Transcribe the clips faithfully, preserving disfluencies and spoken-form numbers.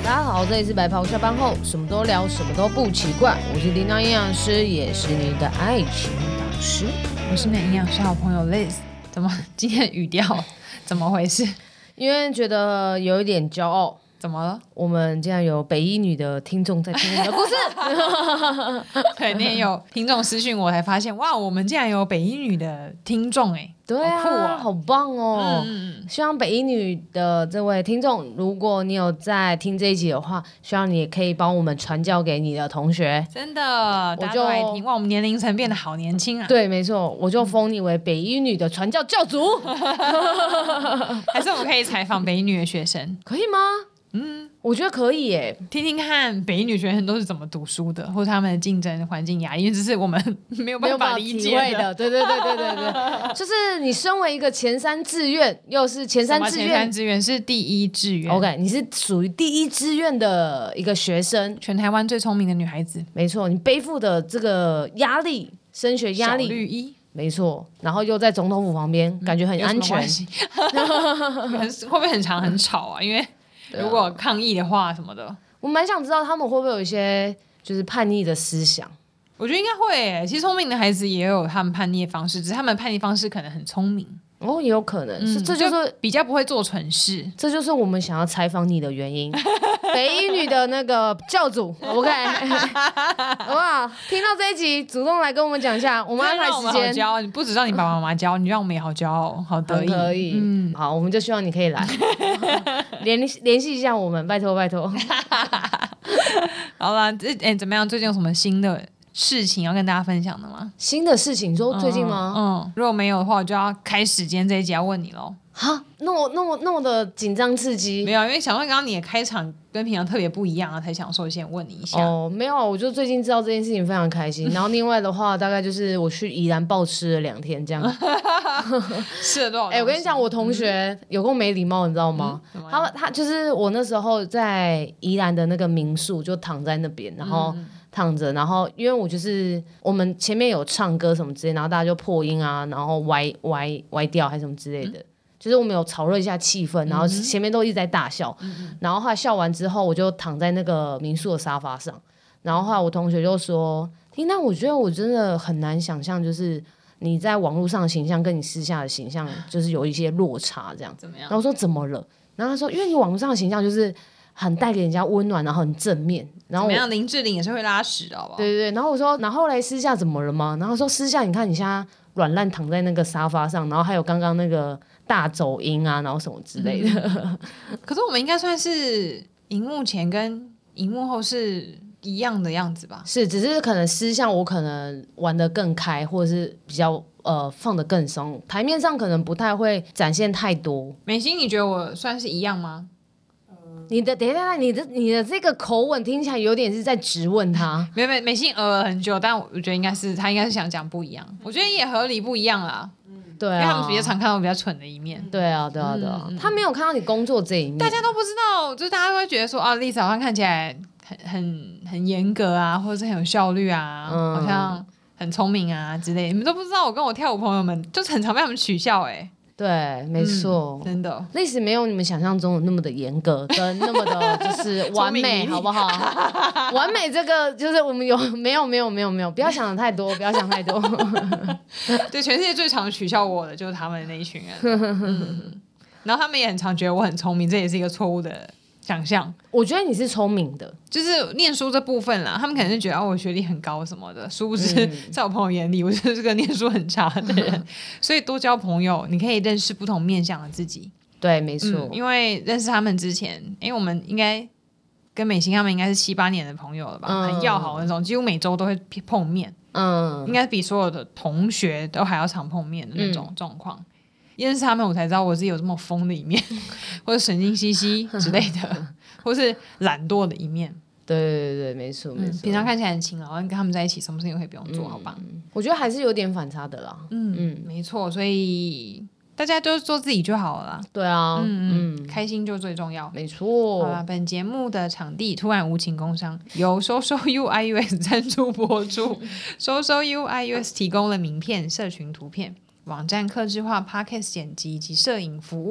大家好，这里是白袍下班后，什么都聊，什么都不奇怪。我是叮当营养师，也是你的爱情导师。 我是你的营养师好朋友 Liz。怎么今天语调怎么回事？ 因为觉得有一点骄傲。 怎么了？ 我们竟然有北一女的听众在听我们的故事。 对，那天有听众私讯我才发现，哇，我们竟然有北一女的听众哎， 对啊， 好酷啊， 好棒哦！ 嗯嗯希望北一女的这位听众，如果你有在听这一集的话，希望你也可以帮我们传教给你的同学。 真的，大家都爱听，哇，我们年龄层变得好年轻啊！ 对，没错，我就封你为北一女的传教教主。 还是我们可以采访北一女的学生， 可以吗？嗯，我觉得可以耶， 听听看北一女学生都是怎么读书的，或者他们的竞争环境压力，因为这是我们没有办法理解的。 的对对对对对对，就是你身为一个前三志愿，又是前三志愿， 前三志愿是第一志愿。 OK， 你是属于第一志愿的一个学生， 全台湾最聪明的女孩子。 没错，你背负的这个压力，升学压力， 小绿衣。 没错，然后又在总统府旁边，嗯、感觉很安全。 会不会很长很吵啊？因为如果抗议的话什么的， 我蛮想知道他们会不会有一些就是叛逆的思想。 我觉得应该会耶。其实聪明的孩子也有他们叛逆的方式，只是他们叛逆方式可能很聪明。 哦，也有可能， 嗯、 这就是比较不会做蠢事。 这就是我们想要采访你的原因。北一女的那个教主 ，OK， 好不好？听到这一集，主动来跟我们讲一下，我们安排时间。 骄傲，你不只让你爸爸妈妈教，你让我们也好骄傲，好得意。 可以，嗯，好，我们就希望你可以来联联系一下我们，拜托拜托。 好了，这哎怎么样？最近有什么新的事情要跟大家分享的吗？ 新的事情，你说最近吗？ 嗯，嗯如果没有的话，我就要开始今天这一集要问你喽。 哈，那么那么那么的紧张刺激？ 没有，因为想问刚刚你的开场跟平常特别不一样啊，才想说先问你一下。 哦，没有，我就最近知道这件事情非常开心。然后另外的话，大概就是我去宜兰暴吃了两天这样。 吃了多少？ 哎、欸，我跟你讲，我同学、嗯、有够没礼貌，你知道吗？嗯、他他就是我那时候在宜兰的那个民宿，就躺在那边，然后。嗯躺着，然后因为我就是我们前面有唱歌什么之类，然后大家就破音啊，然后歪歪歪掉还是什么之类的，嗯、就是我们有炒热一下气氛，然后前面都一直在大笑，嗯、然后后来笑完之后，我就躺在那个民宿的沙发上，然后后来我同学就说：“听到我觉得我真的很难想象，就是你在网络上的形象跟你私下的形象就是有一些落差，这样怎么样？” 然后我说：“怎么了？”然后他说：“因为你网络上的形象就是很带给人家温暖，然后很正面。”然后怎么样？林志玲也是会拉屎的，好不好？ 对对对。然后我说，然后来私下怎么了吗？然后说私下，你看你现在软烂躺在那个沙发上，然后还有刚刚那个大走音啊，然后什么之类的。 嗯、可是我们应该算是荧幕前跟荧幕后是一样的样子吧？ 是，只是可能私下我可能玩得更开，或者是比较呃放得更松，台面上可能不太会展现太多。 美心，你觉得我算是一样吗？ 你的等一下，你的你的这个口吻听起来有点是在质问他。 没没美心呃了很久，但我觉得应该是他应该是想讲不一样。我觉得也合理不一样啦。 嗯，对啊， 因为他们比较常看到比较蠢的一面。 对啊，对啊，对啊，嗯、他没有看到你工作这一面， 大家都不知道，就是大家会觉得说啊，Lisa好像看起来很很很严格啊，或者是很有效率啊，嗯、好像很聪明啊之类的。你们都不知道，我跟我跳舞朋友们就是很常被他们取笑哎、欸。 对，没错、 嗯，真的， 历史没有你们想象中的那么的严格，跟那么的就是完美，好不好？完美这个就是我们有没有没有没有没有，不要想的太多，不要想太多。 对，全世界最常取笑我的就是他们那一群人、嗯，然后他们也很常觉得我很聪明，这也是一个错误的想象。 我觉得你是聪明的， 就是念书这部分啦，他们可能是觉得、哦、我学历很高什么的，殊不知、嗯、在我朋友眼里我就是个念书很差的人。所以多交朋友，你可以认识不同面向的自己。 对，没错、 嗯。因为认识他们之前，因为我们应该跟美心他们应该是七八年的朋友了吧，嗯、很要好那种，几乎每周都会碰面。嗯，应该比所有的同学都还要常碰面的那种状况。嗯，认识他们我才知道我自己有这么疯的一面，或者神经兮兮之类的，或是懒惰的一面。 对对对，没错没错、嗯。 平常看起来很勤劳，跟他们在一起，什么事情都可以不用做，嗯、好吧？ 我觉得还是有点反差的啦。 嗯嗯，没错，所以大家就做自己就好了啦。 对啊， 嗯嗯，开心就最重要。 没错。 好啦，本节目的场地突然无情工商，由收收 U I U S 赞助播出。收收 U I U S 提供了名片、社群图片、网站客制化 Podcast 剪辑及摄影服务。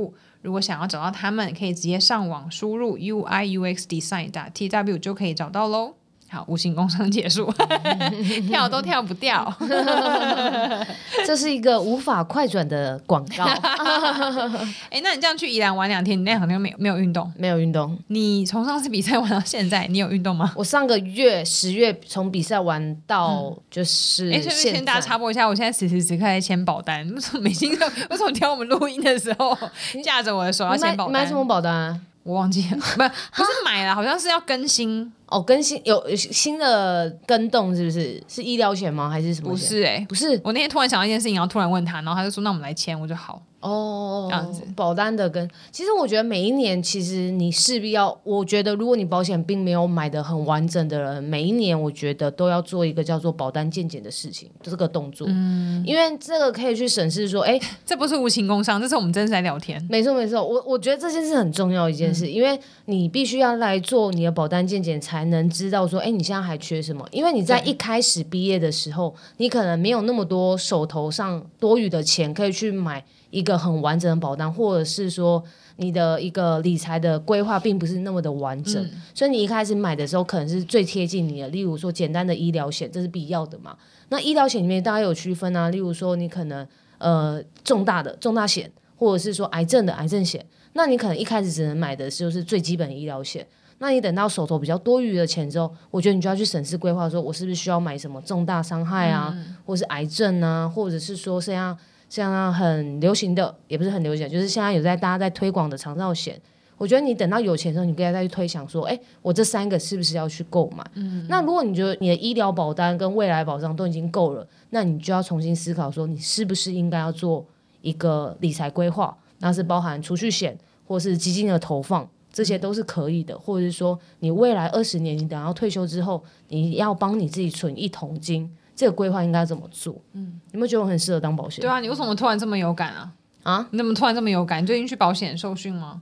如果想要找到他们，可以直接上网输入 U I U X Design 打 T W 就可以找到咯。好，无形工商结束跳都跳不掉这是一个无法快转的广告哎、欸，那你这样去宜兰玩两天，你那两天没有没有运动？ 没有运动。 你从上次比赛玩到现在，你有运动吗？ 我上个月十月从比赛玩到就是现在。 哎、欸，先大家插播一下，我现在此时此刻在签保单。为什么每星期为什么挑我们录音的时候架着我的手要签保单？ 你买什么保单啊？ 我忘记了，不不是买了，好像是要更新哦，更新有新的更动是不是？是医疗险吗？还是什么险？ 不是哎、欸， 不是。 我那天突然想到一件事情，然后突然问他，然后他就说：“那我们来签。”我就好。 哦， 这样子保单的跟，其实我觉得每一年，其实你势必要，我觉得如果你保险并没有买的很完整的人，每一年我觉得都要做一个叫做保单健检的事情，这个动作，嗯，因为这个可以去审视说，哎， 这不是无情工伤，这是我们真实在聊天。 没错没错，我我觉得这件事很重要一件事，嗯、因为你必须要来做你的保单健检，才能知道说，哎，你现在还缺什么？因为你在一开始毕业的时候，你可能没有那么多手头上多余的钱可以去买一个很完整的保单，或者是说你的一个理财的规划并不是那么的完整、嗯、所以你一开始买的时候可能是最贴近你的，例如说简单的医疗险，这是必要的嘛。那医疗险里面大家有区分啊，例如说你可能呃重大的重大险，或者是说癌症的癌症险，那你可能一开始只能买的就是最基本的医疗险。那你等到手头比较多余的钱之后，我觉得你就要去审视规划，说我是不是需要买什么重大伤害啊、嗯、或是癌症啊，或者是说像像很流行的，也不是很流行，就是现在有在大家在推广的长照险。我觉得你等到有钱的时候，你可以再去推想说，哎，我这三个是不是要去购买、嗯、那如果你觉得你的医疗保单跟未来保障都已经够了，那你就要重新思考说，你是不是应该要做一个理财规划，那是包含储蓄险或是基金的投放，这些都是可以的，或者是说你未来二十年你等到退休之后，你要帮你自己存一桶金，这个规划应该怎么做？嗯，有没有觉得我很适合当保险？ 对啊，你为什么突然这么有感啊？啊，你怎么突然这么有感？你最近去保险受训吗？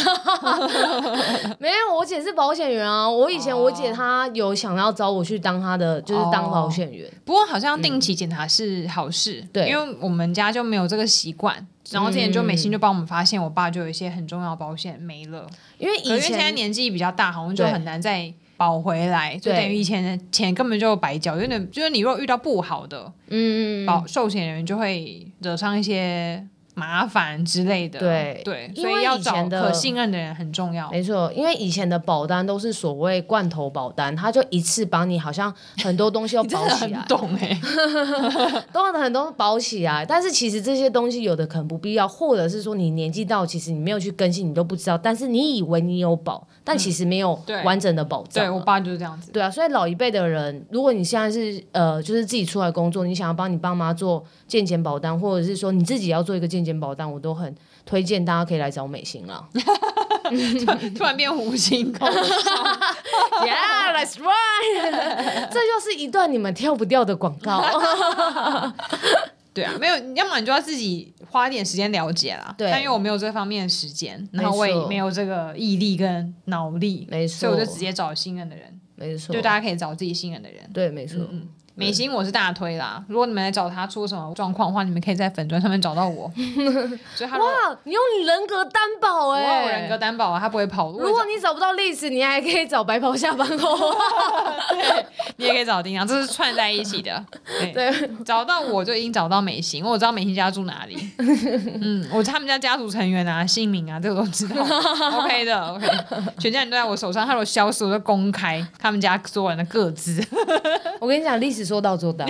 没有，我姐是保险员啊。我以前我姐她有想要找我去当她的，就是当保险员。 不过好像定期检查是好事，嗯、对，因为我们家就没有这个习惯。然后之前就美心就帮我们发现，我爸就有一些很重要的保险没了， 因为以前因为现在年纪比较大，好像就很难再保回来，就等于以前的钱根本就白缴，有点就是你如果遇到不好的，嗯，保寿险人就会惹上一些麻烦之类的，对对，所以要找可信任的人很重要。 没错，因为以前的保单都是所谓罐头保单，它就一次帮你好像很多东西都保起来， 你真的很懂哎、 欸，都很多保起来。但是其实这些东西有的可能不必要，或者是说你年纪到，其实你没有去更新，你都不知道。但是你以为你有保，但其实没有完整的保障。 嗯、对, 对我爸就是这样子。 对啊，所以老一辈的人，如果你现在是呃，就是自己出来工作，你想要帮你爸妈做健检保单，或者是说你自己要做一个健检保单，我都很推荐大家可以来找美心啦。 突然变无情工伤 Yeah, that's right 这就是一段你们跳不掉的广告对啊，没有，要么你就要自己花点时间了解啦。对，但因为我没有这方面的时间，然后我也没有这个毅力跟脑力， 没错， 所以我就直接找信任的人。没错，就大家可以找自己信任的人。 对，没错。 嗯，美心我是大推啦，如果你们来找他出什么状况的话，你们可以在粉专上面找到我。 所以他哇，你用你人格担保哎、欸， 我有人格担保啊，他不会跑路。 如果你找不到历史，你还可以找白袍下班后。 对，你也可以找丁洋，这是串在一起的。对，对找到我就已经找到美心，我知道美心家住哪里。嗯，我他们家家族成员啊、姓名啊，这个都知道。OK 的 ，OK， 全家人都在我手上，他如果消失，我就公开他们家所有人的个资。 我跟你讲，历史说到做到。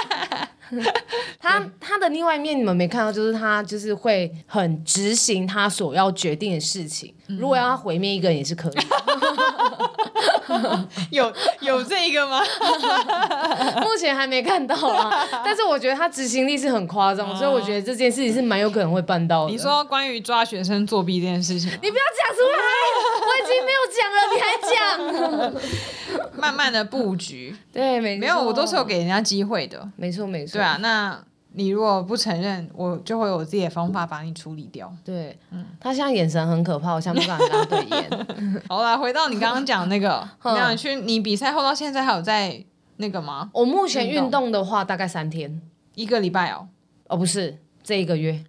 他他的另外一面你们没看到，就是他就是会很执行他所要决定的事情。嗯、如果要他毁灭一个人也是可以的。 有有这个吗？ 目前还没看到啊，但是我觉得他执行力是很夸张，哦、所以我觉得这件事情是蛮有可能会办到的。 你说关于抓学生作弊这件事情， 你不要讲出来，我已经没有讲了，你还讲？ 慢慢的布局， 对，没没有，我都是有给人家机会的， 没错没错。 对啊，那你如果不承认，我就会有我自己的方法把你处理掉。 对，嗯，他现在眼神很可怕，我想不敢跟他对眼。 好啦，回到你刚刚讲那个，你去你比赛后到现在还有在那个吗？ 我目前运动的话，大概三天， 一个礼拜哦。 哦，不是。 这一个月。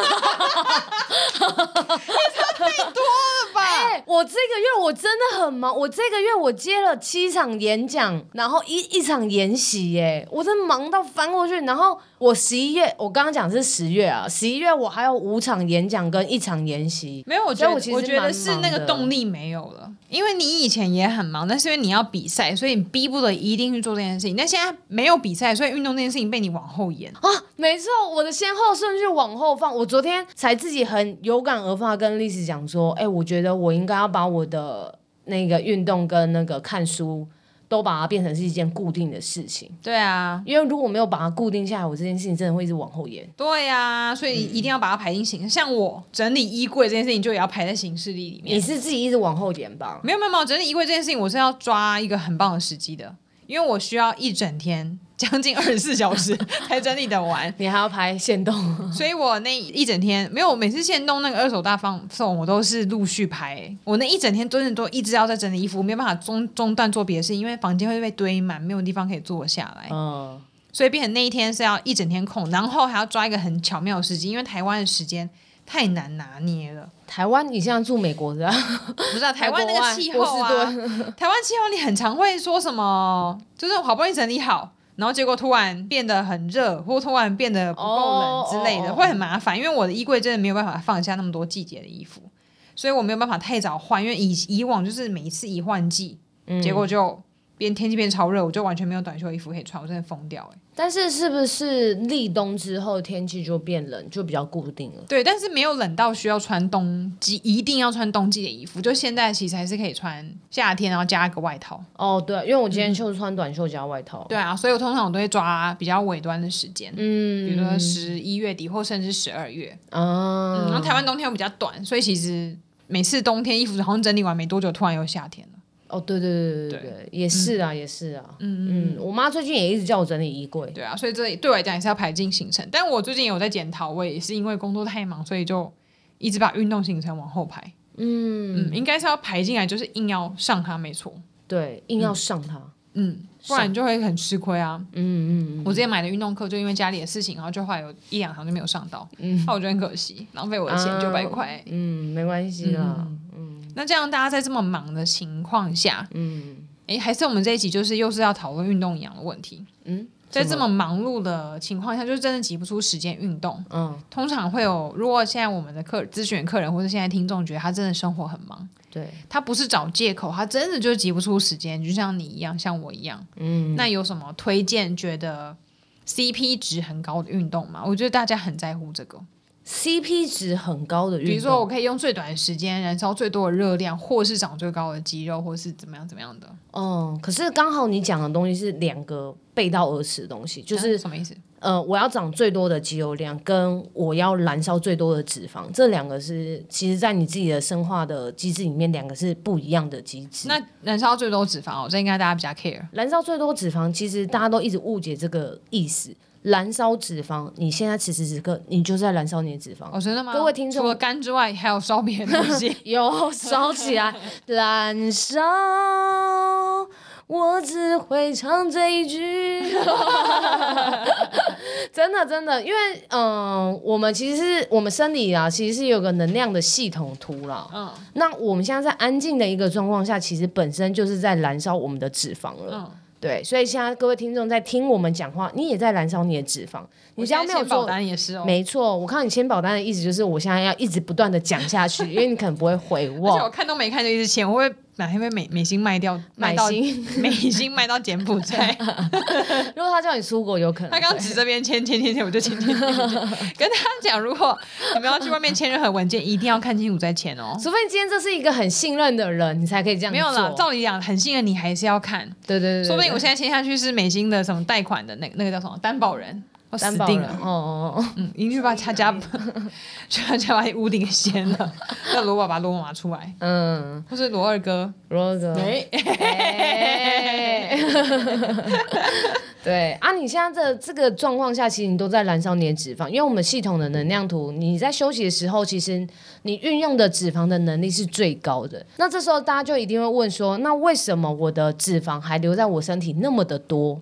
太多了吧、 欸、我这个月我真的很忙，我这个月我接了七场演讲，然后一一场研习耶，我真的忙到翻过去。然后我十一月，我刚刚讲是十月啊，十一月我还有五场演讲跟一场研习。 没有，我觉得我其实我觉得是那个动力没有了，因为你以前也很忙，但是因为你要比赛，所以你逼不得一定去做这件事情。但现在没有比赛，所以运动这件事情被你往后延啊，没错，我的先后顺序往后放。我昨天才自己很有感而发跟历史讲说，哎、欸，我觉得我应该要把我的那个运动跟那个看书都把它变成是一件固定的事情。 对啊， 因为如果没有把它固定下来，我这件事情真的会一直往后延。 对啊，所以一定要把它排进行事、嗯、像我整理衣柜这件事情就也要排在行事历里面。 你是自己一直往后延吧？ 没有没有没有，整理衣柜这件事情我是要抓一个很棒的时机的，因为我需要一整天将近二十四小时才整理得完。 你还要拍限动， 所以我那一整天没有，每次限动那个二手大放送我都是陆续拍、欸、我那一整天真的都一直要在整理衣服，没有办法中中断做别的事，因为房间会被堆满，没有地方可以坐下来。嗯，所以变成那一天是要一整天空，然后还要抓一个很巧妙的时机，因为台湾的时间太难拿捏了。 台湾你现在住美国的、啊、 不是啊，台湾那个气候啊，台湾气候你很常会说什么，就是好不容易整理好，然后结果突然变得很热，或突然变得不够冷之类的， oh, oh, oh. 会很麻烦。因为我的衣柜真的没有办法放下那么多季节的衣服，所以我没有办法太早换。因为 以, 以往就是每一次一换季、嗯、结果就变天气变超热，我就完全没有短袖衣服可以穿，我真的疯掉、欸、 但是是不是立冬之后天气就变冷，就比较固定了？ 对，但是没有冷到需要穿冬季，一定要穿冬季的衣服。就现在其实还是可以穿夏天，然后加一个外套。 哦，对，因为我今天就穿短袖加外套、嗯。 对啊，所以我通常我都会抓比较尾端的时间，嗯，比如说十一月底或甚至十二月。啊、嗯，然后台湾冬天又比较短，所以其实每次冬天衣服好像整理完没多久，突然又夏天了。 哦，对对对对 对, 对，也是啊、嗯，也是啊，嗯嗯，我妈最近也一直叫我整理衣柜， 对啊，所以这对我来讲也是要排进行程。但我最近也有在检讨，我也是因为工作太忙，所以就一直把运动行程往后排。嗯嗯，应该是要排进来，就是硬要上它，没错， 对，硬要上它， 嗯，不然就会很吃亏啊。嗯嗯，我之前买的运动课就因为家里的事情，然后就后来有一两堂就没有上到，嗯，那我觉得很可惜，浪费我的钱九百块。嗯， 没关系啦。嗯那这样大家在这么忙的情况下，嗯，哎，还是我们这一集就是又是要讨论运动营养的问题。嗯，在这么忙碌的情况下，就真的挤不出时间运动。嗯，通常会有，如果现在我们的客咨询客人或者现在听众觉得他真的生活很忙， 对， 他不是找借口，他真的就挤不出时间，就像你一样，像我一样。嗯，那有什么推荐觉得 C P 值很高的运动吗？我觉得大家很在乎这个。 C P 值很高的运动， 比如说我可以用最短的时间燃烧最多的热量，或是长最高的肌肉，或是怎么样怎么样的。 哦，可是刚好你讲的东西是两个背道而驰的东西，就是、 嗯、什么意思？ 呃，我要长最多的肌肉量，跟我要燃烧最多的脂肪，这两个是其实在你自己的生化的机制里面，两个是不一样的机制。 那燃烧最多脂肪，哦，这应该大家比较 care。 燃烧最多脂肪，其实大家都一直误解这个意思。燃烧脂肪，你现在此时此刻你就在燃烧你的脂肪。 哦，真的吗？ 各位听众， 除了肝之外，还有烧别的东西？ 有烧起来，燃烧，我只会唱这一句。真的真的，因为嗯、呃，我们其实是我们生理啊，其实是有个能量的系统图啦。嗯，那我们现在在安静的一个状况下，其实本身就是在燃烧我们的脂肪了。嗯。对，所以现在各位听众在听我们讲话，你也在燃烧你的脂肪。你只要没有做保单也是哦， 没错。我看到你签保单的意思就是，我现在要一直不断的讲下去，因为你可能不会回我。 而且我看都没看就一直签，我会哪天被美美心卖掉， 买心美心卖到柬埔寨。 如果他叫你出国，有可能。 他刚指这边签签签签，我就签签签。跟他讲，如果你们要去外面签任何文件，一定要看清楚再签哦。 除非你今天这是一个很信任的人，你才可以这样做。 没有啦，照理讲，很信任你还是要看。 对对 对, 对, 对， 说不定我现在签下去是美心的什么贷款的那那个叫什么担保人。 担保人哦哦哦， 嗯，一定去把他家，去他家把屋顶给掀了，让罗爸爸、罗妈妈出来，嗯，或是罗二哥、 罗二哥，哎、欸，对啊，你现在这这个状况下，其实你都在燃烧你的脂肪，因为我们系统的能量图，你在休息的时候，其实你运用的脂肪的能力是最高的。那这时候大家就一定会问说，那为什么我的脂肪还留在我身体那么的多？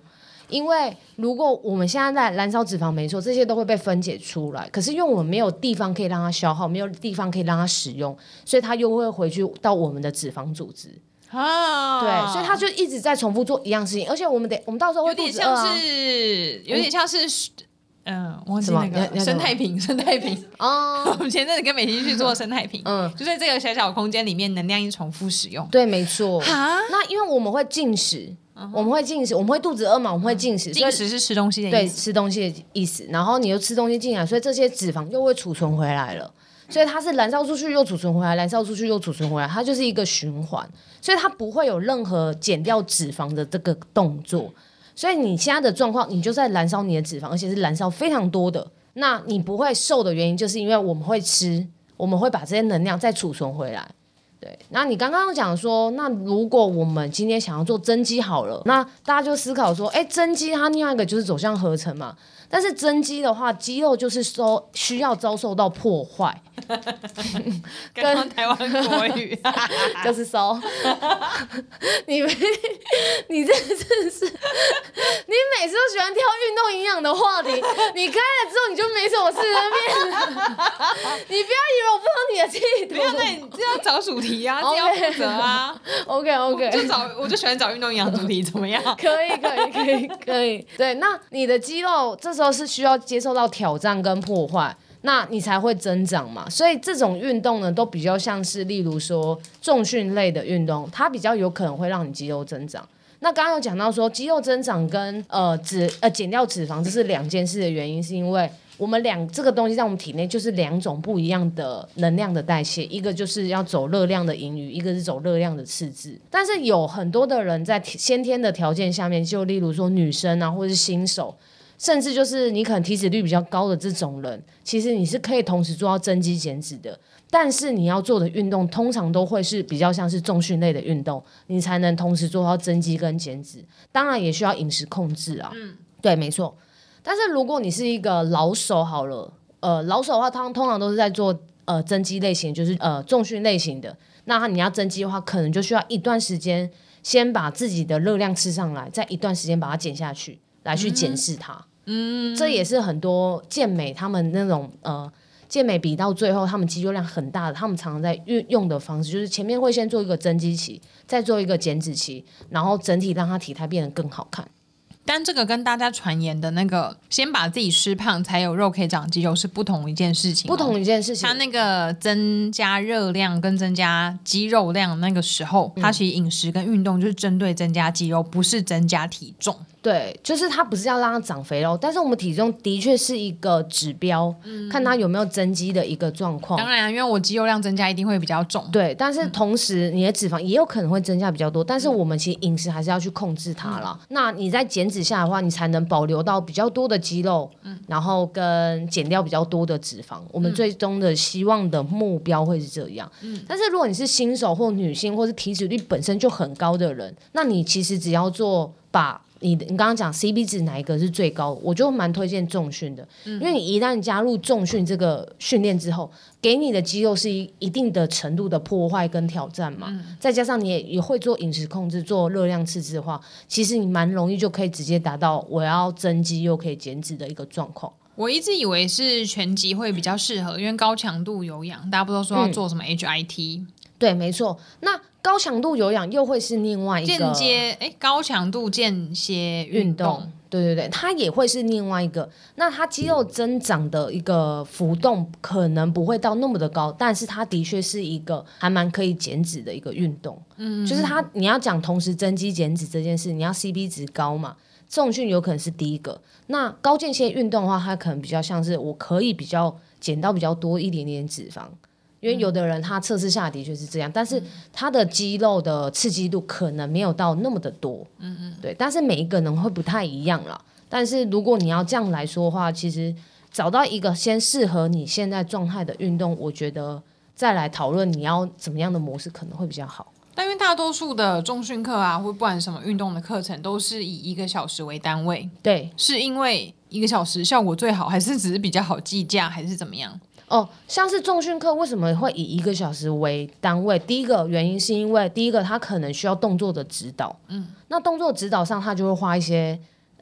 因为如果我们现在在燃烧脂肪，没错，这些都会被分解出来，可是因为我们没有地方可以让它消耗，没有地方可以让它使用，所以它又会回去到我们的脂肪组织。啊，对，所以他就一直在重复做一样事情，而且我们得，我们到时候会肚子饿啊， 有点像是，有点像是，嗯，忘记那个生态瓶，生态瓶哦。我们前阵子跟美琪去做生态瓶，嗯，就在这个小小空间里面，能量一直重复使用。 对，没错。那因为我们会进食，我们会进食，我们会肚子饿嘛，我们会进食。 进食是吃东西的意思， 对，吃东西的意思。然后你又吃东西进来，所以这些脂肪又会储存回来了。所以它是燃烧出去又储存回来，燃烧出去又储存回来，它就是一个循环，所以它不会有任何减掉脂肪的这个动作。所以你现在的状况，你就在燃烧你的脂肪，而且是燃烧非常多的。那你不会瘦的原因，就是因为我们会吃，我们会把这些能量再储存回来。对，那你刚刚讲说，那如果我们今天想要做增肌好了，那大家就思考说，哎，增肌它另外一个就是走向合成嘛。但是增肌的话，肌肉就是说需要遭受到破坏， 跟台湾国语就是说，你你这真的是，你每次都喜欢挑运动营养的话题，你开了之后你就没什么事了面，你不要以为我不知道你的企图， 没有，那你这样找主题啊，这要负责啊。 OK OK， 就找我就喜欢找运动营养主题，怎么样？ 可以可以可以可以，对，那你的肌肉这时候是需要接受到挑战跟破坏，那你才会增长嘛。所以这种运动呢，都比较像是例如说重训类的运动，它比较有可能会让你肌肉增长。那刚刚有讲到说肌肉增长跟呃脂呃减掉脂肪这是两件事的原因，是因为我们两这个东西在我们体内就是两种不一样的能量的代谢，一个就是要走热量的盈余，一个是走热量的赤字。但是有很多的人在先天的条件下面，就例如说女生啊，或者是新手，甚至就是你可能体脂率比较高的这种人，其实你是可以同时做到增肌减脂的。但是你要做的运动通常都会是比较像是重训类的运动，你才能同时做到增肌跟减脂。当然也需要饮食控制啊，嗯，对，没错。但是如果你是一个老手好了，呃，老手的话，他通常都是在做呃增肌类型，就是呃重训类型的。那你要增肌的话，可能就需要一段时间，先把自己的热量吃上来，再一段时间把它减下去，来去检视它。嗯，这也是很多健美他们那种呃健美比到最后，他们肌肉量很大的，他们常常在运用的方式，就是前面会先做一个增肌期，再做一个减脂期，然后整体让它体态变得更好看。 但这个跟大家传言的那个先把自己吃胖才有肉可以长肌肉是不同一件事情、 哦、不同一件事情。 它那个增加热量跟增加肌肉量那个时候、嗯、它其实饮食跟运动就是针对增加肌肉，不是增加体重。 对，就是它不是要让它长肥肉，但是我们体重的确是一个指标、嗯、看它有没有增肌的一个状况。 当然因为我肌肉量增加一定会比较重， 对，但是同时你的脂肪也有可能会增加比较多，但是我们其实饮食还是要去控制它啦、嗯、那你在减脂下的话，你才能保留到比较多的肌肉、嗯、然后跟减掉比较多的脂肪，我们最终的希望的目标会是这样、嗯、但是如果你是新手或女性或是体脂率本身就很高的人，那你其实只要做把你你刚刚讲 C P 值哪一个是最高，我就蛮推荐重训的、嗯、因为你一旦加入重训这个训练之后，给你的肌肉是一一定的程度的破坏跟挑战嘛、嗯、再加上你 也, 也会做饮食控制，做热量赤字的话，其实你蛮容易就可以直接达到我要增肌又可以减脂的一个状况。 我一直以为是拳击会比较适合，因为高强度有氧，大家不都说要做什么 H I T、嗯、 对，没错。那高强度有氧又会是另外一个间接诶高强度间歇运动， 对对对，它也会是另外一个。那它肌肉增长的一个浮动可能不会到那么的高，但是它的确是一个还蛮可以减脂的一个运动。嗯，就是它你要讲同时增肌减脂这件事，你要 C P 值高嘛，重训有可能是第一个。那高间歇运动的话，它可能比较像是我可以比较减到比较多一点点脂肪。因为有的人他测试下的确是这样，但是他的肌肉的刺激度可能没有到那么的多，嗯嗯，对，但是每一个人会不太一样啦。但是如果你要这样来说的话，其实找到一个先适合你现在状态的运动，我觉得再来讨论你要怎么样的模式可能会比较好。 但因为大多数的重训课啊，或不管什么运动的课程，都是以一个小时为单位， 对， 是因为一个小时效果最好，还是只是比较好计价，还是怎么样？ 哦，像是重训课为什么会以一个小时为单位？第一个原因是因为第一个它可能需要动作的指导，嗯，那动作指导上它就会花一些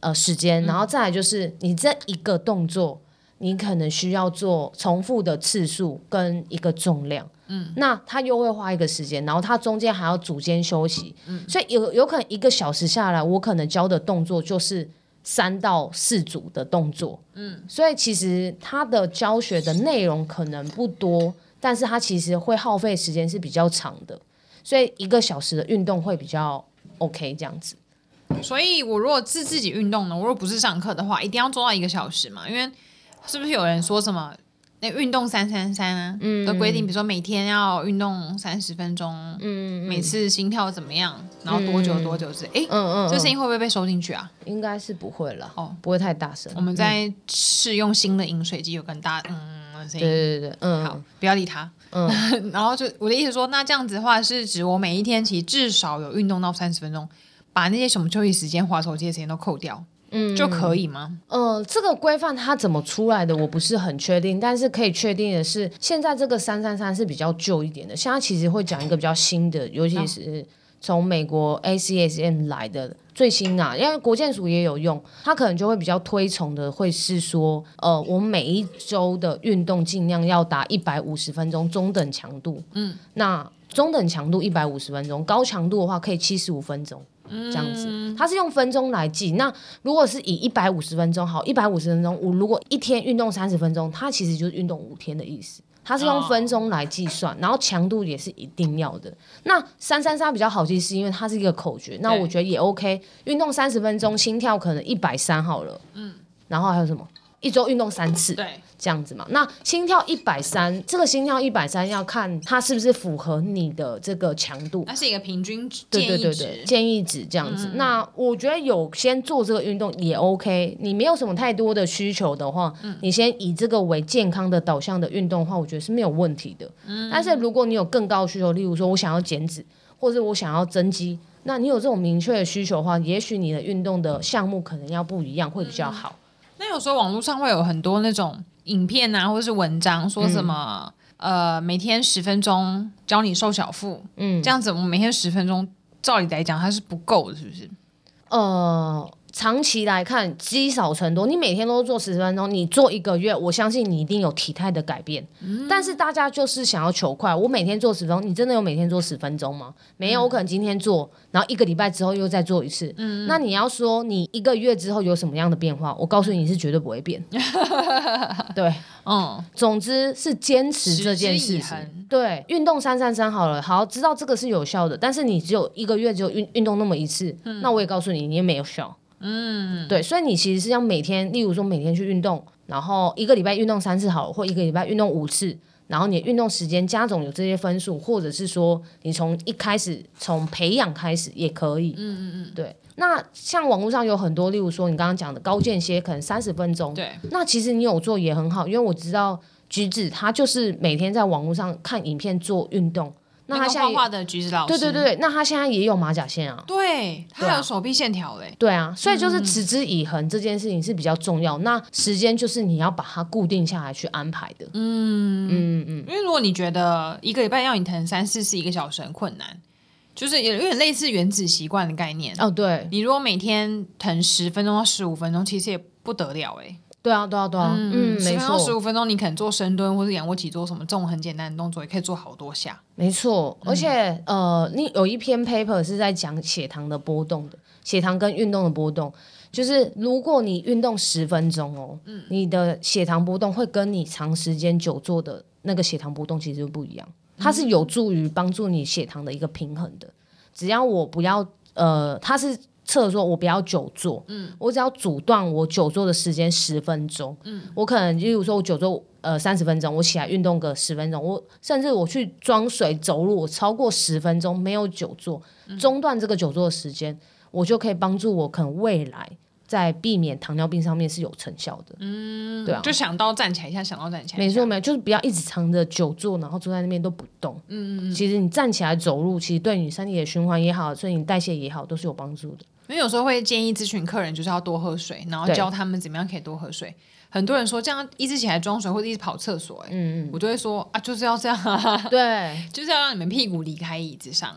呃时间，然后再来就是你这一个动作，你可能需要做重复的次数跟一个重量。嗯，那他又会花一个时间，然后他中间还要组间休息，嗯，所以有有可能一个小时下来，我可能教的动作就是三到四组的动作，嗯，所以其实他的教学的内容可能不多，但是他其实会耗费时间是比较长的，所以一个小时的运动会比较 OK 这样子。 所以我如果是自己运动呢，我如果不是上课的话，一定要做到一个小时嘛，因为是不是有人说什么？那运动三三三啊的规定，比如说每天要运动三十分钟，嗯，每次心跳怎么样，然后多久多久是，哎、嗯，嗯，这声音会不会被收进去啊？ 应该是不会了，哦，不会太大声。 我们在试用新的饮水机，有更大嗯的声音， 对对对，嗯， 好，不要理他。嗯，然后就我的意思说，那这样子的话，是指我每一天其实至少有运动到三十分钟，把那些什么休息时间、滑手机的时间都扣掉。嗯，就可以吗？ 呃，这个规范它怎么出来的，我不是很确定。但是可以确定的是，现在这个三三三是比较旧一点的。现在其实会讲一个比较新的，尤其是从美国 A C S M 来的最新啊，因为国健署也有用，它可能就会比较推崇的会是说，呃，我们每一周的运动尽量要达一百五十分钟中等强度。嗯，那中等强度一百五十分钟，高强度的话可以七十五分钟。这样子，它是用分钟来计。那如果是以一百五十分钟，好，一百五十分钟，我如果一天运动三十分钟，它其实就是运动五天的意思。它是用分钟来计算，然后强度也是一定要的。那三三三比较好记，是因为它是一个口诀。那我觉得也 OK， 运动三十分钟，心跳可能一百三好了。嗯，然后还有什么？一周运动三次， 对， 这样子嘛。那心跳一百三，这个心跳一百三要看它是不是符合你的这个强度， 它是一个平均值， 对对对对，建议值这样子。嗯、那我觉得有先做这个运动也 OK， 你没有什么太多的需求的话，嗯、你先以这个为健康的导向的运动的话，我觉得是没有问题的。嗯、但是如果你有更高的需求，例如说我想要减脂，或者我想要增肌，那你有这种明确的需求的话，也许你的运动的项目可能要不一样，会比较好。 嗯那有时候网络上会有很多那种影片啊，或者是文章，说什么、嗯、呃每天十分钟教你瘦小腹，嗯，这样子我们每天十分钟，照理来讲它是不够的，是不是？ 呃，长期来看积少成多，你每天都做十分钟，你做一个月，我相信你一定有体态的改变。嗯、但是大家就是想要求快，我每天做十分钟，你真的有每天做十分钟吗？没有，我可能今天做，然后一个礼拜之后又再做一次。嗯、那你要说你一个月之后有什么样的变化？我告诉你，你是绝对不会变。对，嗯，总之是坚持这件事情。对，运动三三三好了，好，知道这个是有效的，但是你只有一个月只有运运动那么一次，嗯、那我也告诉你，你也没有效。嗯，对，所以你其实是要每天，例如说每天去运动，然后一个礼拜运动三次好了，或一个礼拜运动五次，然后你运动时间加总有这些分数，或者是说你从一开始从培养开始也可以。嗯嗯嗯，对。那像网络上有很多，例如说你刚刚讲的高间歇，可能三十分钟。 对。 那其实你有做也很好，因为我知道橘子他就是每天在网络上看影片做运动。 那他现在画画的橘子老师， 对对对，那他现在也有马甲线啊， 对，他还有手臂线条嘞， 对啊，所以就是持之以恒这件事情是比较重要。嗯、那时间就是你要把它固定下来去安排的， 嗯嗯嗯，因为如果你觉得一个礼拜要你腾三四次一个小时很困难，就是有点类似原子习惯的概念哦。对， 你如果每天腾十分钟到十五分钟，其实也不得了哎。 对啊，对啊，对啊，嗯， 十分钟十五分钟，你可能做深蹲或者仰卧起坐什么这种很简单的动作，也可以做好多下。 没错，而且、嗯、呃，你有一篇 paper 是在讲血糖的波动的，血糖跟运动的波动，就是如果你运动十分钟哦，嗯、你的血糖波动会跟你长时间久坐的那个血糖波动其实就不一样，它是有助于帮助你血糖的一个平衡的。只要我不要呃，它是。测说我不要久坐，嗯，我只要阻断我久坐的时间十分钟，嗯，我可能例如说我久坐呃三十分钟，我起来运动个十分钟，我甚至我去装水走路，我超过十分钟没有久坐，中断这个久坐的时间，我就可以帮助我可能未来在避免糖尿病上面是有成效的，嗯，对啊， 就想到站起来一下，想到站起来一下， 没错没错，就是不要一直藏着久坐，然后坐在那边都不动，嗯嗯嗯，其实你站起来走路，其实对你身体的循环也好，对你代谢也好，都是有帮助的。 因为有时候会建议咨询客人就是要多喝水，然后教他们怎么样可以多喝水。很多人说这样一直起来装水或者一直跑厕所、欸，嗯嗯，我就会说啊，就是要这样啊， 对， 就是要让你们屁股离开椅子上。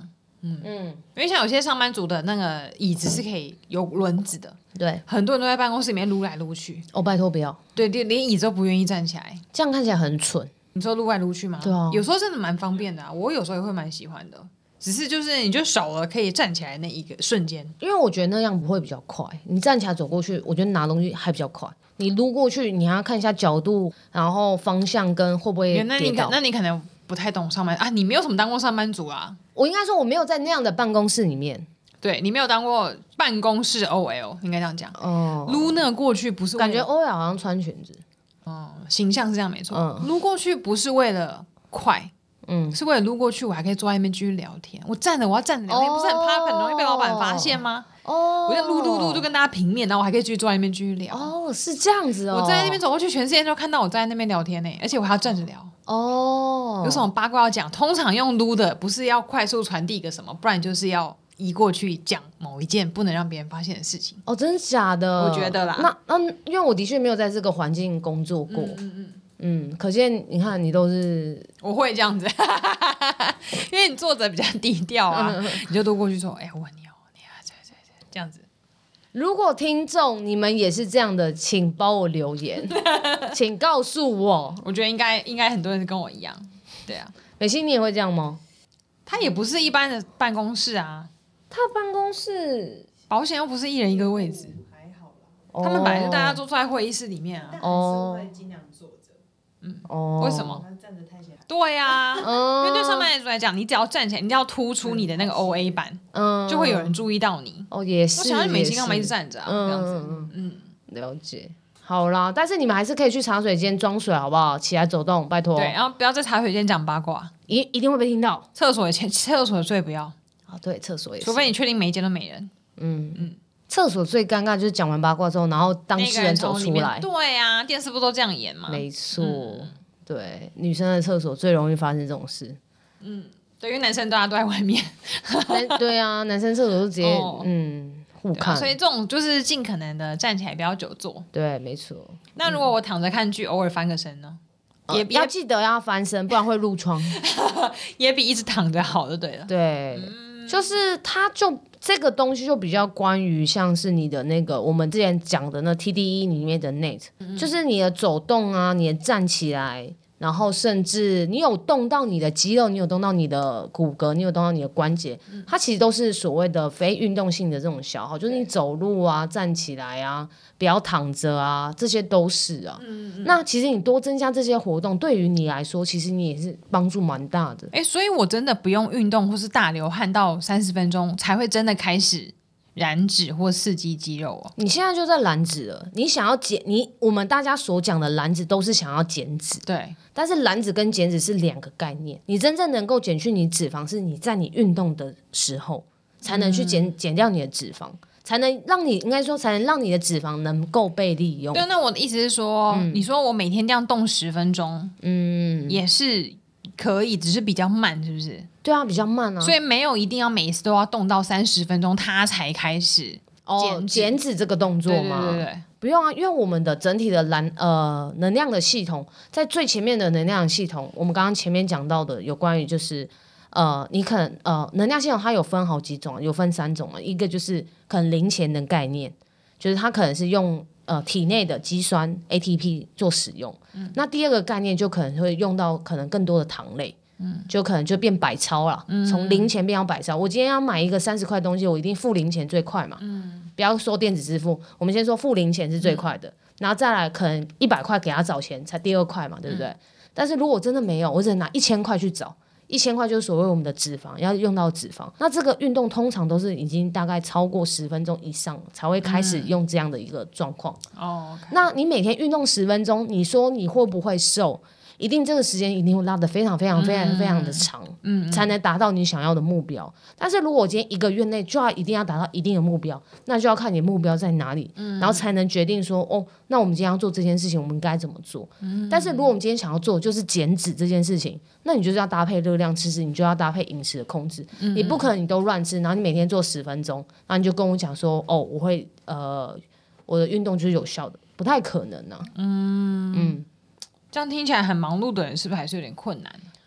嗯嗯，因为像有些上班族的那个椅子是可以有轮子的， 对， 很多人都在办公室里面撸来撸去。 哦，拜托不要， 对，连连椅子都不愿意站起来， 这样看起来很蠢。 你说撸来撸去吗？ 对啊， 有时候真的蛮方便的啊，我有时候也会蛮喜欢的。只是就是你就少了可以站起来那一个瞬间， 因为我觉得那样不会比较快。你站起来走过去，我觉得拿东西还比较快。你撸过去，你还要看一下角度，然后方向跟会不会跌倒。 那你可那你可能不太懂上班啊，你没有什么当过上班族啊。 我应该说我没有在那样的办公室里面。 对，你没有当过办公室 O L， 应该这样讲。 哦， 撸那个过去不是感觉 O L 好像穿裙子。 哦、嗯，形象是这样没错。 嗯， 撸过去不是为了快。嗯，是为了撸过去，我还可以坐在那边继续聊天。我站着，我要站着聊天，哦、不是很怕很容易被老板发现吗？哦，我就撸撸撸就跟大家平面，然后我还可以继续坐在那边继续聊。 哦，是这样子哦。 我站在那边走过去，全世界都看到我站在那边聊天呢，而且我还要站着聊。哦，有什么八卦要讲？通常用撸的不是要快速传递一个什么，不然就是要移过去讲某一件不能让别人发现的事情。 哦，真的假的？ 我觉得啦。 那嗯，因为我的确没有在这个环境工作过。嗯嗯嗯。嗯，可见你看，你都是我会这样子，因为你坐着比较低调啊，你就多过去说：“哎、欸，我问你哦，你啊，对对对，这样子。” 如果听众你们也是这样的，请帮我留言，请告诉我。 我觉得应该应该很多人跟我一样，对啊。 美心，你也会这样吗？ 他也不是一般的办公室啊， 他办公室保险又不是一人一个位置，还好啦。他们本来就大家都坐在会议室里面啊， 哦，会尽量坐着。 嗯，哦，为什么？ 站着太显眼。 对呀、啊，嗯、因为对上班族来讲，你只要站起来，你只要突出你的那个 O A 版，嗯，就会有人注意到你。 哦，也是。 我想要美心干嘛一直站着啊？ 嗯、 这样子， 嗯嗯，了解。好啦，但是你们还是可以去茶水间装水，好不好？起来走动，拜托。 对，然后不要在茶水间讲八卦， 一一定会被听到。 厕所也厕所最不要。 啊，对，厕所也是。 除非你确定每一间都没人。 嗯嗯。厕所最尴尬就是讲完八卦之后，然后当事人走出来。 对啊，电视不都这样演吗？ 没错。嗯对，女生的厕所最容易发生这种事。 嗯，对，因为男生大家都在外面。 对啊，男生厕所就直接、哦、嗯互看、 啊，所以这种就是尽可能的站起来，不要久坐。 对，没错。 那如果我躺着看剧，偶尔翻个身呢？ 嗯、也要记得要翻身，不然会褥疮。 也比一直躺着好，就对了。 对，嗯、就是它就这个东西就比较关于像是你的那个我们之前讲的那 T D E 里面的 N E T，、嗯、就是你的走动啊，你的站起来。然后甚至你有动到你的肌肉，你有动到你的骨骼，你有动到你的关节，嗯、它其实都是所谓的非运动性的这种消耗，就是你走路啊、站起来啊、不要躺着啊，这些都是啊。嗯嗯那其实你多增加这些活动，对于你来说，其实你也是帮助蛮大的。 哎，所以我真的不用运动或是大流汗到三十分钟，才会真的开始燃脂或刺激肌肉哦。 你现在就在燃脂了，你想要减，你我们大家所讲的燃脂都是想要减脂， 对。 但是燃脂跟减脂是两个概念，你真正能够减去你脂肪，是你在你运动的时候才能去减、嗯、减掉你的脂肪，才能让你应该说才能让你的脂肪能够被利用。 对，那我的意思是说，嗯、你说我每天这样动十分钟，嗯，也是可以，只是比较慢，是不是？ 对啊，比较慢啊， 所以没有一定要每一次都要动到三十分钟，它才开始减脂、 哦、减脂这个动作吗？ 对对对对。 不用啊，因为我们的整体的燃呃能量的系统，在最前面的能量系统，我们刚刚前面讲到的有关于就是呃，你可能呃能量系统它有分好几种，有分三种啊，一个就是可能零钱的概念，就是它可能是用呃体内的肌酸 A T P 做使用，嗯、那第二个概念就可能会用到可能更多的糖类。嗯、就可能就变百超了，从、嗯、零钱变到百超。我今天要买一个三十块东西，我一定付零钱最快嘛。嗯、不要说电子支付，我们先说付零钱是最快的，嗯、然后再来可能一百块给他找钱才第二块嘛，对不对？嗯、但是如果真的没有，我只能拿一千块去找，一千块就是所谓我们的脂肪，要用到脂肪。那这个运动通常都是已经大概超过十分钟以上才会开始用这样的一个状况。哦、嗯，那你每天运动十分钟，你说你会不会瘦？一定这个时间一定会拉得非常非常非常非常的长，嗯嗯、才能达到你想要的目标。但是如果我今天一个月内就要一定要达到一定的目标，那就要看你目标在哪里，嗯、然后才能决定说哦，那我们今天要做这件事情，我们该怎么做？嗯、但是如果我们今天想要做就是减脂这件事情，那你就是要搭配热量吃食，你就要搭配饮食的控制，嗯、你不可能你都乱吃，然后你每天做十分钟，然后你就跟我讲说哦，我会呃我的运动就是有效的，不太可能啊。嗯嗯。 这样听起来很忙碌的人是不是还是有点困难？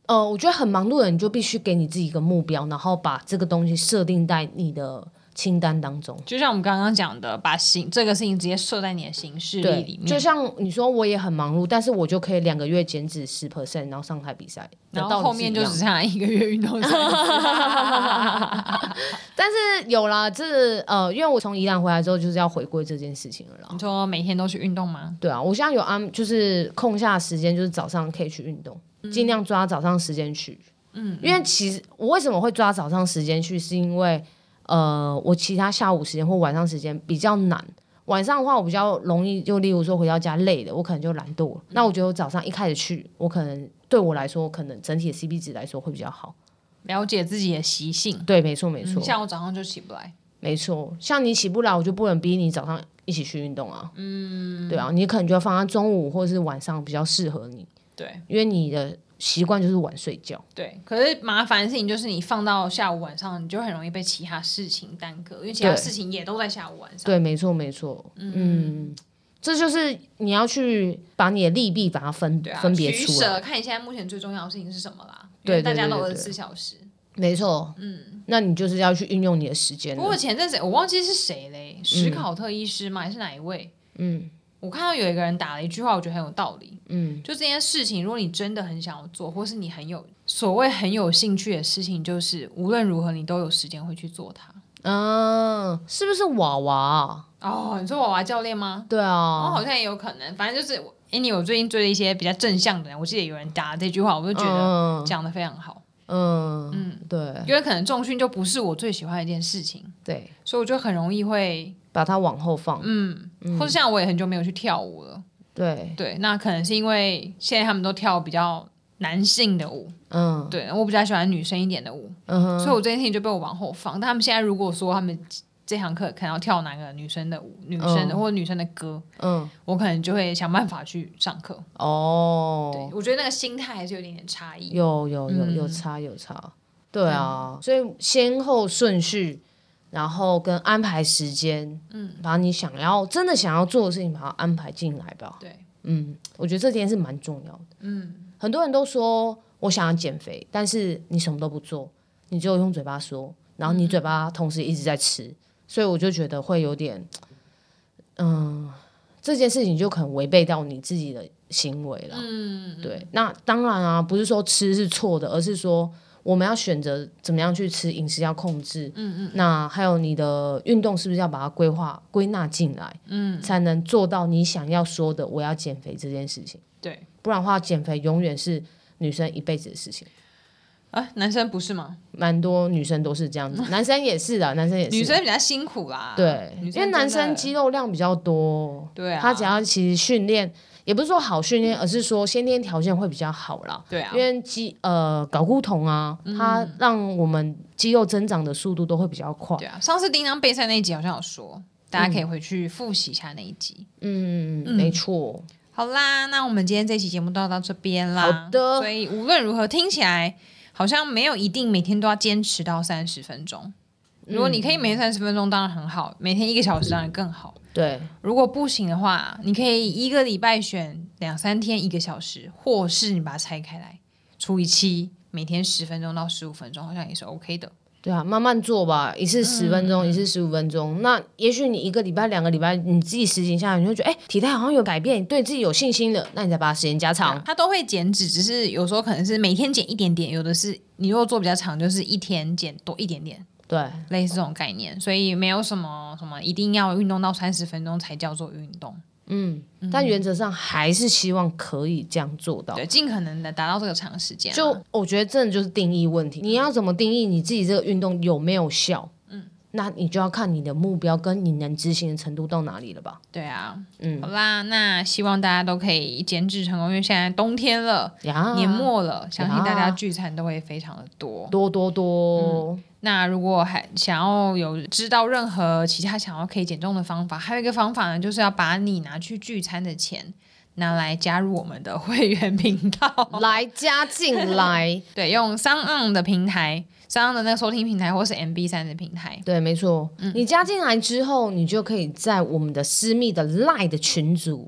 呃，我觉得很忙碌的人，你就必须给你自己一个目标，然后把这个东西设定在你的清单当中。 就像我们刚刚讲的，把行这个事情直接设在你的行事历里面。 就像你说，我也很忙碌，但是我就可以两个月减脂十 percent， 然后上台比赛， 然后后面就只剩下一个月运动赛。 但是有啦，这呃，因为我从宜兰回来之后，就是要回归这件事情了啦。 你说每天都去运动吗？ 对啊，我现在有安，就是空下时间，就是早上可以去运动，尽量抓早上时间去。嗯，因为其实我为什么会抓早上时间去，是因为呃，我其他下午时间或晚上时间比较难。晚上的话，我比较容易，就例如说回到家累了，我可能就懒惰了。那我觉得我早上一开始去，我可能对我来说，可能整体的 C P 值来说会比较好。 了解自己的习性， 对，没错没错、 嗯。像我早上就起不来， 没错。像你起不来，我就不能逼你早上一起去运动啊。嗯，对啊，你可能就要放在中午或者是晚上比较适合你。 对， 因为你的习惯就是晚睡觉。 对，可是麻烦的事情就是你放到下午晚上，你就很容易被其他事情耽搁，因为其他事情也都在下午晚上。 对，没错没错。嗯。嗯，这就是你要去把你的利弊把它分、啊、分别出来， 取舍，看你现在目前最重要的事情是什么啦。因为大家都二十四小时。 没错，嗯，那你就是要去运用你的时间。 不过前阵子我忘记是谁嘞，史考特医师吗？还是哪一位？嗯，我看到有一个人打了一句话，我觉得很有道理。嗯，就这件事情，如果你真的很想要做，或是你很有所谓很有兴趣的事情，就是无论如何你都有时间会去做它。 嗯，是不是娃娃？ 哦，你说娃娃教练吗？ 对啊， 哦，好像也有可能。反正就是，哎，你我最近追了一些比较正向的人，我记得有人打了这句话，我就觉得讲得非常好。 嗯嗯，对， 因为可能重训就不是我最喜欢的一件事情， 对， 所以我就很容易会把它往后放， 嗯，嗯或者像我也很久没有去跳舞了， 对对，那可能是因为现在他们都跳比较男性的舞，嗯，对，我比较喜欢女生一点的舞，嗯哼，所以我这件事情就被我往后放。但他们现在如果说他们这堂课可能要跳哪个女生的舞，女生的、嗯、或者女生的歌，嗯，我可能就会想办法去上课。哦，对，我觉得那个心态还是有点点差异， 有有有有差有差，对啊，嗯、所以先后顺序，然后跟安排时间，嗯，把你想要真的想要做的事情把它安排进来吧。 对， 嗯，我觉得这件事蛮重要的。嗯，很多人都说我想要减肥，但是你什么都不做，你只有用嘴巴说，然后你嘴巴同时一直在吃。嗯，所以我就觉得会有点，嗯，这件事情就可能违背到你自己的行为了。嗯，对。那当然啊，不是说吃是错的，而是说我们要选择怎么样去吃，饮食要控制。嗯嗯。那还有你的运动是不是要把它规划归纳进来？嗯，才能做到你想要说的我要减肥这件事情。 对， 不然的话，减肥永远是女生一辈子的事情。 啊，男生不是吗？ 蛮多女生都是这样子，男生也是的，男生也是。 女生比较辛苦啦， 对，因为男生肌肉量比较多， 对啊， 他只要其实训练，也不是说好训练，而是说先天条件会比较好啦。 对啊， 因为肌呃睾固酮啊，嗯、它让我们肌肉增长的速度都会比较快。 对啊，上次叮当备赛那一集好像有说，大家可以回去复习一下那一集。 嗯，嗯没错。 好啦，那我们今天这期节目都要到这边啦。 好的， 所以无论如何，听起来好像没有一定每天都要坚持到三十分钟。如果你可以每天三十分钟，当然很好；每天一个小时，当然更好。 对， 如果不行的话，你可以一个礼拜选两三天一个小时，或是你把它拆开来除以七，每天十分钟到十五分钟，好像也是 OK 的。 对啊，慢慢做吧，一次十分钟，嗯、一次十五分钟。那也许你一个礼拜、两个礼拜，你自己实行下来，你会觉得，哎，体态好像有改变，对自己有信心了，那你再把时间加长。 它都会减脂，只是有时候可能是每天减一点点，有的是你如果做比较长，就是一天减多一点点。 对， 类似这种概念，所以没有什么什么一定要运动到三十分钟才叫做运动。 嗯，但原则上还是希望可以这样做到， 对，尽可能的达到这个长时间、啊。 就我觉得真的就是定义问题，你要怎么定义你自己这个运动有没有效？嗯，那你就要看你的目标跟你能执行的程度到哪里了吧？ 对啊，嗯，好啦，那希望大家都可以减脂成功，因为现在冬天了，年末了，相信大家聚餐都会非常的多， 多多多。嗯， 那如果还想要有知道任何其他想要可以减重的方法，还有一个方法呢，就是要把你拿去聚餐的钱拿来加入我们的会员频道， 来加进来。 对，用 SoundOn 的平台，SoundOn的那个收听平台，或是 M B 三 的平台。 对，没错。嗯，你加进来之后，你就可以在我们的私密的 Line 的群组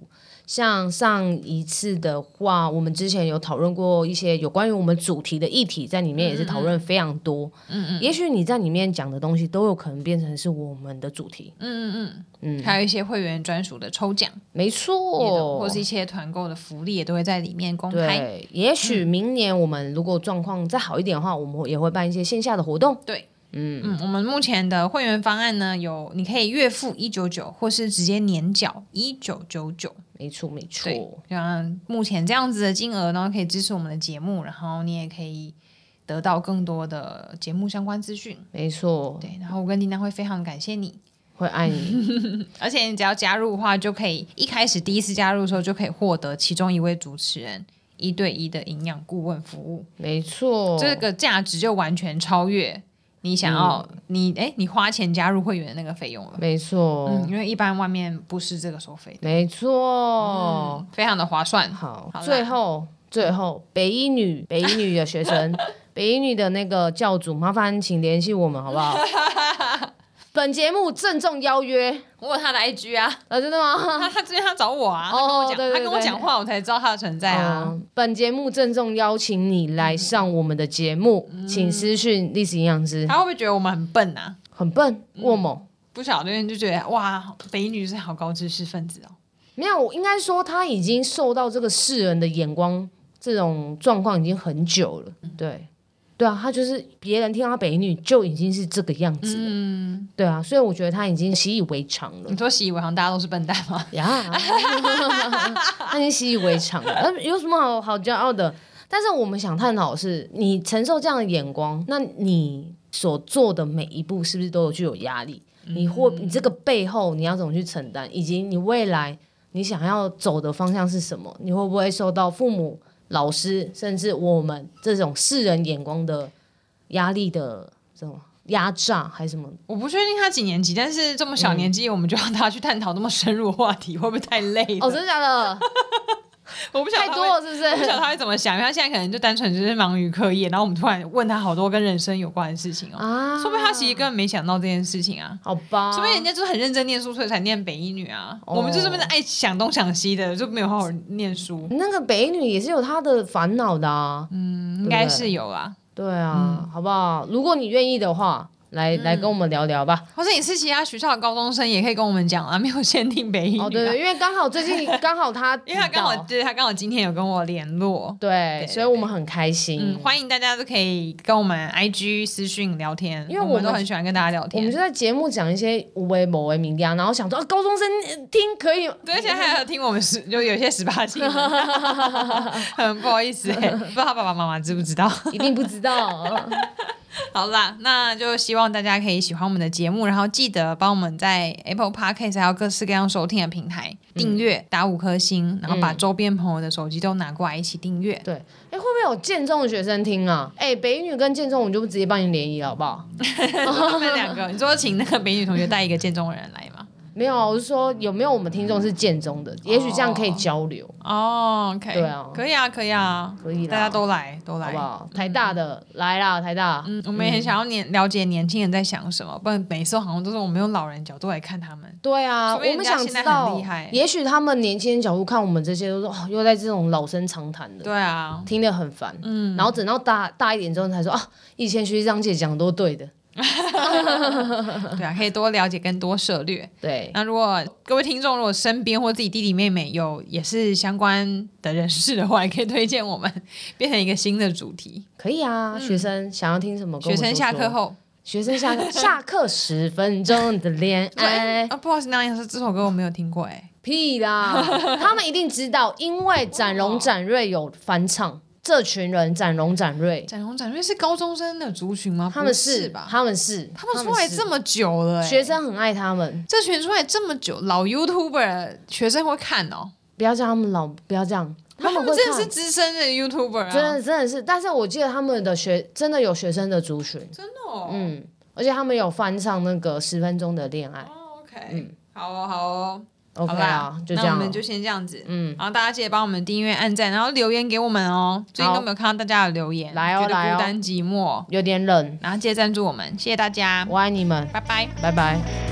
像上一次的话，我们之前有讨论过一些有关于我们主题的议题，在里面也是讨论非常多。嗯嗯，也许你在里面讲的东西都有可能变成是我们的主题。 嗯嗯嗯嗯，还有一些会员专属的抽奖， 没错， 或是一些团购的福利也都会在里面公开。 对，也许明年我们如果状况再好一点的话，我们也会办一些线下的活动。 对。嗯嗯，我们目前的会员方案呢，有你可以月付一九九，或是直接年缴一九九九。 没错没错， 像目前这样子的金额呢，可以支持我们的节目，然后你也可以得到更多的节目相关资讯。 没错， 对，然后我跟叮当会非常感谢你， 会爱你， 而且你只要加入的话，就可以一开始第一次加入的时候就可以获得其中一位主持人一对一的营养顾问服务。 没错， 这个价值就完全超越你想要、嗯、你哎，你花钱加入会员的那个费用了。 没错、 嗯，因为一般外面不是这个收费的。 没错、 嗯，非常的划算。 好，好最后最后北一女北一女的学生北一女的那个教主，麻烦请联系我们好不好？本节目郑重邀约， 我有他的 I G 啊， 啊，真的吗？ 他他之前他找我啊，他跟我讲，他跟我讲话，我才知道他的存在啊、 嗯。本节目郑重邀请你来上我们的节目，嗯、请私讯历史营养师。 他会不会觉得我们很笨啊？ 很笨，我猛、嗯， 不晓得，因为就觉得哇，北一女是好高知识分子哦。 没有，应该说他已经受到这个世人的眼光，这种状况已经很久了。嗯、对。对啊，他就是别人听到他北一女就已经是这个样子了，嗯，对啊，所以我觉得他已经习以为常了。 你说习以为常，大家都是笨蛋吗？ 呀，他已经习以为常了，有什么好好骄傲的？但是我们想探讨的是，你承受这样的眼光，那你所做的每一步是不是都有具有压力？嗯、你或你这个背后你要怎么去承担，以及你未来你想要走的方向是什么？你会不会受到父母、老师甚至我们这种世人眼光的压力的这种压榨还是什么？ 我不确定他几年级，但是这么小年纪、嗯、我们就让他去探讨那么深入的话题，会不会太累了？ 哦，真的假的？ 我不晓得太多了，是不是？ 我不晓得他会怎么想，因为他现在可能就单纯就是忙于课业，然后我们突然问他好多跟人生有关的事情哦，啊，说不定他其实根本没想到这件事情啊。 好吧， 说不定人家就是很认真念书，所以才念北一女啊。哦、我们就是爱想东想西的，就没有好好念书。 那个北一女也是有她的烦恼的啊， 嗯，应该是有啦。 对啊、嗯，好不好？如果你愿意的话。来、嗯、来跟我们聊聊吧， 或者你是其他学校的高中生也可以跟我们讲啊，没有限定北一女、啊。 哦，对对，因为刚好最近刚好他， 因为他刚好对他刚好今天有跟我联络， 对，对对对，所以我们很开心、 嗯，欢迎大家都可以跟我们 I G 私讯聊天，因为我们都很喜欢跟大家聊天。 我们就在节目讲一些无为某为名家，然后想说、啊、高中生听可以， 对，现在还有听我们十就有些十八禁，很不好意思、欸，不知道他爸爸妈妈知不知道？ 一定不知道。 好啦，那就希望大家可以喜欢我们的节目，然后记得帮我们在 Apple Podcast 还有各式各样收听的平台订阅、嗯、打五颗星，然后把周边朋友的手机都拿过来一起订阅。 对，哎，会不会有建中的学生听啊？哎，北一女跟建中，我们就直接帮你联谊好不好？ 他们两个，你说请那个北一女同学带一个建中的人来吗？ 没有，我是说有没有我们听众是建中的，也许这样可以交流。 哦 ，OK， 对啊， 可以啊，可以啊， 可以， 大家都来，都来， 好不好？台大的、嗯、来啦，台大， 嗯，我们也很想要年了解年轻人在想什么，不然每次好像都是我们用老人角度来看他们。 对啊，我们想知道，也许他们年轻人角度看我们这些，都说哦，又在这种老生常谈的， 对啊， 听得很烦。嗯，然后等到大大一点之后才说啊，以前学长姐讲的都对的。 对啊，可以多了解跟多涉略。 对， 那如果各位听众如果身边或自己弟弟妹妹有也是相关的人士的话，也可以推荐我们变成一个新的主题。 可以啊，嗯、学生想要听什么跟我说说？ 学生下课后， 学生下课下课十分钟的恋爱啊，不好意思，那样说这首歌我没有听过哎、欸， 屁啦，他们一定知道，因为展荣展瑞有翻唱。这群人展荣展瑞， 展荣展瑞是高中生的族群吗？ 他们是吧？ 他们是， 他们出来这么久了、欸， 学生很爱他们。 这群出来这么久，老 YouTuber 学生会看哦。 不要叫他们老，不要这样， 他们真的是资深的 YouTuber 啊， 真的真的是。但是我记得他们的学真的有学生的族群， 真的哦， 嗯，而且他们有翻唱那个十分钟的恋爱。 哦 ，OK， 嗯，好哦，好哦。 OK 啊，就这样， 那我们就先这样子，嗯，然后大家记得帮我们订阅、按赞，然后留言给我们哦。最近都没有看到大家的留言， 来哦，来哦， 孤单寂寞， 有点冷， 然后记得赞助我们，谢谢大家， 我爱你们， 拜拜， 拜拜。